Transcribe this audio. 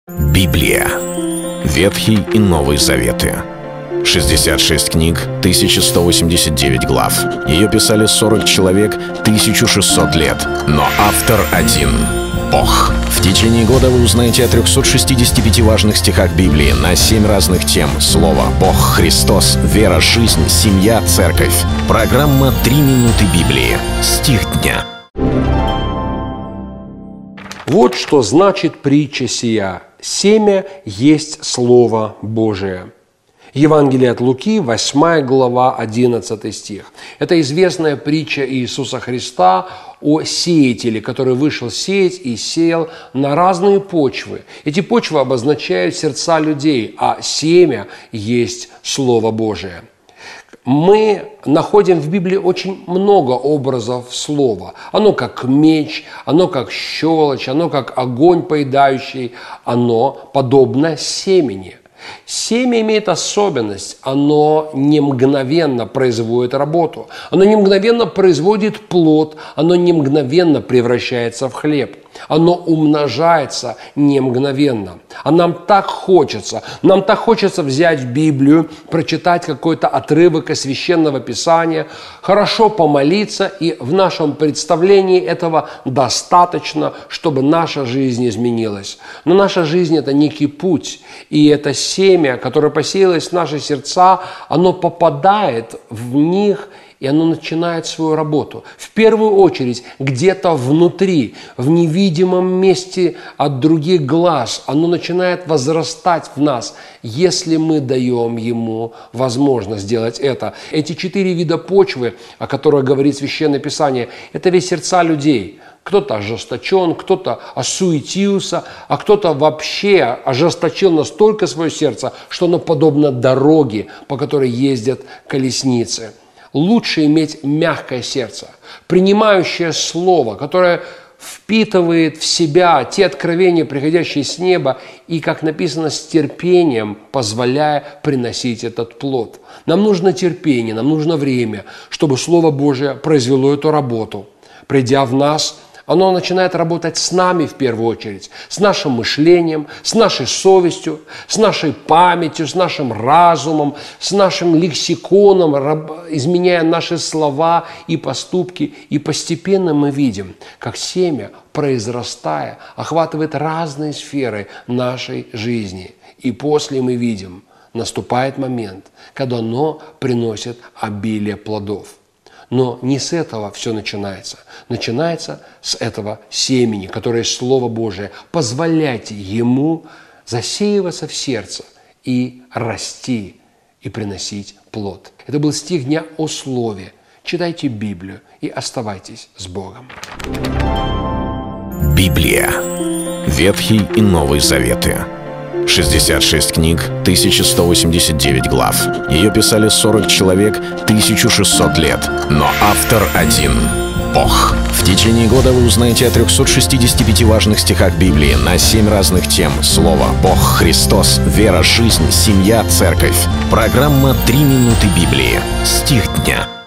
Библия. Ветхий и Новый Заветы. 66 книг, 1189 глав. Ее писали 40 человек, 1600 лет. Но автор один — Бог. В течение года вы узнаете о 365 важных стихах Библии на 7 разных тем. Слово, Бог, Христос, вера, жизнь, семья, церковь. Программа «3 минуты Библии». Стих дня. Вот что значит притча сия. Семя есть Слово Божие. Евангелие от Луки, 8 глава, 11 стих. Это известная притча Иисуса Христа о сеятеле, который вышел сеять и сеял на разные почвы. Эти почвы обозначают сердца людей, а семя есть Слово Божие. Мы находим в Библии очень много образов слова. Оно как меч, оно как щелочь, оно как огонь поедающий, оно подобно семени. Семя имеет особенность, оно не мгновенно производит работу, оно не мгновенно производит плод, оно не мгновенно превращается в хлеб, оно умножается не мгновенно. А нам так хочется взять Библию, прочитать какой-то отрывок из Священного Писания, хорошо помолиться, и в нашем представлении этого достаточно, чтобы наша жизнь изменилась. Но наша жизнь – это некий путь, и это семя, которое посеялось в наши сердца, оно попадает в них, и оно начинает свою работу. В первую очередь, где-то внутри, в невидимом месте от других глаз, оно начинает возрастать в нас, если мы даем ему возможность сделать это. Эти 4 вида почвы, о которых говорит Священное Писание, это весь сердца людей. Кто-то ожесточен, кто-то осуетился, а кто-то вообще ожесточил настолько свое сердце, что оно подобно дороге, по которой ездят колесницы. Лучше иметь мягкое сердце, принимающее слово, которое впитывает в себя те откровения, приходящие с неба, и, как написано, с терпением позволяя приносить этот плод. Нам нужно терпение, нам нужно время, чтобы Слово Божие произвело эту работу. Придя в нас, оно начинает работать с нами в первую очередь, с нашим мышлением, с нашей совестью, с нашей памятью, с нашим разумом, с нашим лексиконом, изменяя наши слова и поступки. И постепенно мы видим, как семя, произрастая, охватывает разные сферы нашей жизни. И после мы видим, наступает момент, когда оно приносит обилие плодов. Но не с этого все начинается. Начинается с этого семени, которое есть Слово Божие. Позволяйте ему засеиваться в сердце и расти, и приносить плод. Это был стих дня о Слове. Читайте Библию и оставайтесь с Богом. Библия. Ветхий и Новый Заветы. 66 книг, 1189 глав. Ее писали 40 человек, 1600 лет. Но автор один — Бог. В течение года вы узнаете о 365 важных стихах Библии на 7 разных тем. Слово, Бог, Христос, вера, жизнь, семья, церковь. Программа «3 минуты Библии». Стих дня.